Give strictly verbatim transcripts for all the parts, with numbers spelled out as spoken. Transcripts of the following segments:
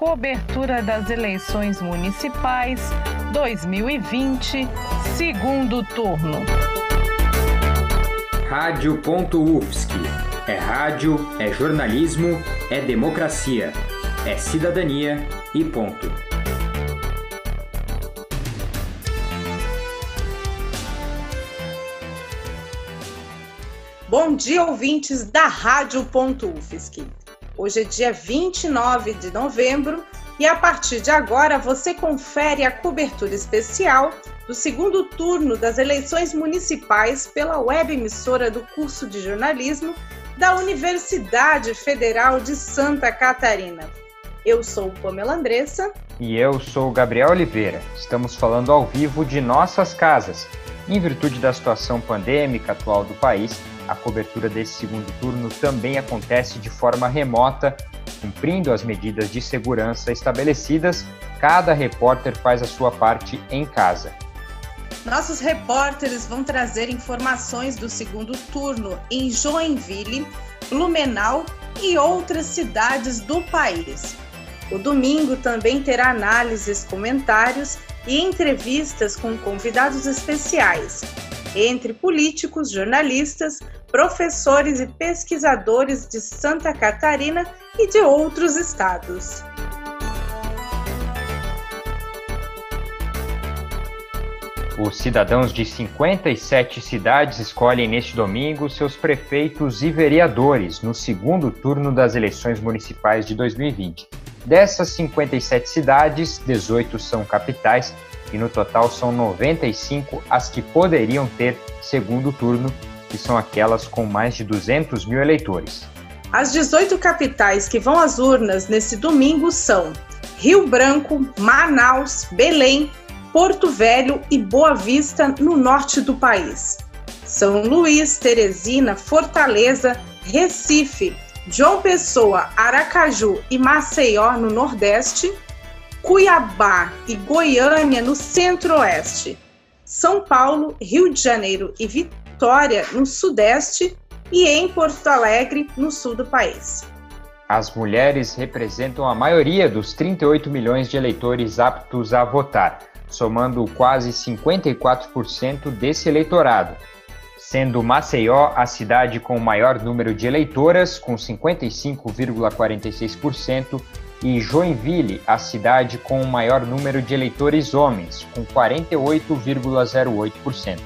Cobertura das eleições municipais dois mil e vinte, segundo turno. Rádio.UFSC. É rádio, é jornalismo, é democracia, é cidadania e ponto. Bom dia, ouvintes da Rádio.UFSC. Hoje é dia vinte e nove de novembro e a partir de agora você confere a cobertura especial do segundo turno das eleições municipais pela web emissora do curso de jornalismo da Universidade Federal de Santa Catarina. Eu sou Pamela Andressa. E eu sou Gabriel Oliveira. Estamos falando ao vivo de nossas casas. Em virtude da situação pandêmica atual do país, a cobertura desse segundo turno também acontece de forma remota, cumprindo as medidas de segurança estabelecidas. Cada repórter faz a sua parte em casa. Nossos repórteres vão trazer informações do segundo turno em Joinville, Blumenau e outras cidades do país. O domingo também terá análises, comentários e entrevistas com convidados especiais, entre políticos, jornalistas, professores e pesquisadores de Santa Catarina e de outros estados. Os cidadãos de cinquenta e sete cidades escolhem neste domingo seus prefeitos e vereadores no segundo turno das eleições municipais de dois mil e vinte. Dessas cinquenta e sete cidades, dezoito são capitais e no total são noventa e cinco as que poderiam ter segundo turno, que são aquelas com mais de duzentos mil eleitores. As dezoito capitais que vão às urnas nesse domingo são Rio Branco, Manaus, Belém, Porto Velho e Boa Vista, no norte do país. São Luís, Teresina, Fortaleza, Recife, João Pessoa, Aracaju e Maceió, no nordeste, Cuiabá e Goiânia, no centro-oeste, São Paulo, Rio de Janeiro e Vitória, no sudeste, e em Porto Alegre, no sul do país. As mulheres representam a maioria dos trinta e oito milhões de eleitores aptos a votar, somando quase cinquenta e quatro por cento desse eleitorado, sendo Maceió a cidade com o maior número de eleitoras, com cinquenta e cinco vírgula quarenta e seis por cento, e Joinville a cidade com o maior número de eleitores homens, com quarenta e oito vírgula zero oito por cento.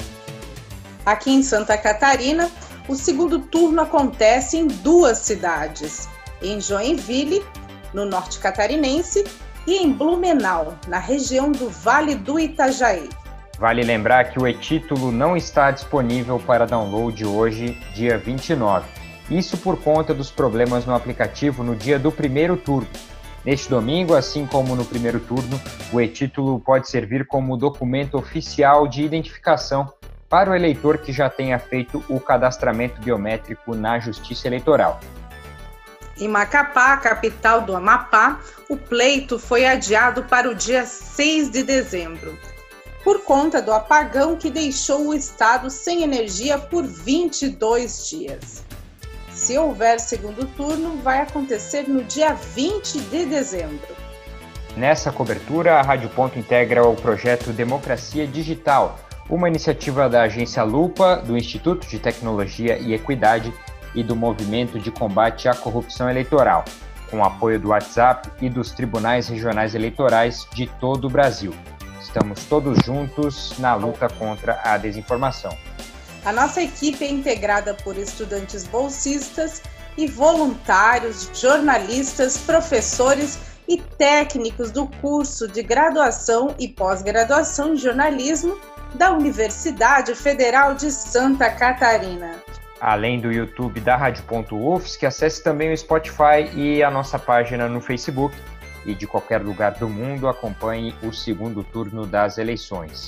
Aqui em Santa Catarina, o segundo turno acontece em duas cidades, em Joinville, no norte catarinense, e em Blumenau, na região do Vale do Itajaí. Vale lembrar que o e-título não está disponível para download hoje, dia vinte e nove. Isso por conta dos problemas no aplicativo no dia do primeiro turno. Neste domingo, assim como no primeiro turno, o e-título pode servir como documento oficial de identificação para o eleitor que já tenha feito o cadastramento biométrico na Justiça Eleitoral. Em Macapá, capital do Amapá, o pleito foi adiado para o dia seis de dezembro, por conta do apagão que deixou o estado sem energia por vinte e dois dias. Se houver segundo turno, vai acontecer no dia vinte de dezembro. Nessa cobertura, a Rádio Ponto integra o projeto Democracia Digital, uma iniciativa da Agência Lupa, do Instituto de Tecnologia e Equidade e do Movimento de Combate à Corrupção Eleitoral, com apoio do WhatsApp e dos tribunais regionais eleitorais de todo o Brasil. Estamos todos juntos na luta contra a desinformação. A nossa equipe é integrada por estudantes bolsistas e voluntários, jornalistas, professores e técnicos do curso de graduação e pós-graduação em jornalismo da Universidade Federal de Santa Catarina. Além do YouTube da Rádio.UFSC, acesse também o Spotify e a nossa página no Facebook. E de qualquer lugar do mundo, acompanhe o segundo turno das eleições.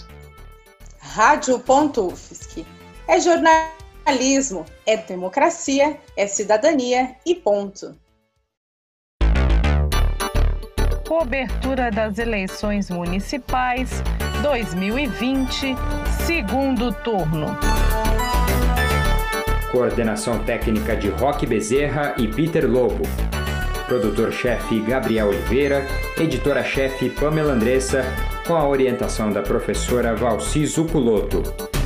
Rádio.UFSC. É jornalismo, é democracia, é cidadania e ponto. Cobertura das eleições municipais dois mil e vinte, segundo turno. Coordenação técnica de Roque Bezerra e Peter Lobo. Produtor-chefe Gabriel Oliveira, editora-chefe Pamela Andressa, com a orientação da professora Valci Zuculotto.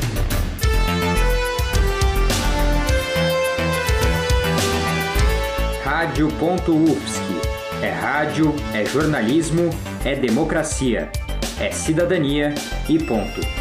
Rádio.UFSC. É rádio, é jornalismo, é democracia, é cidadania e ponto.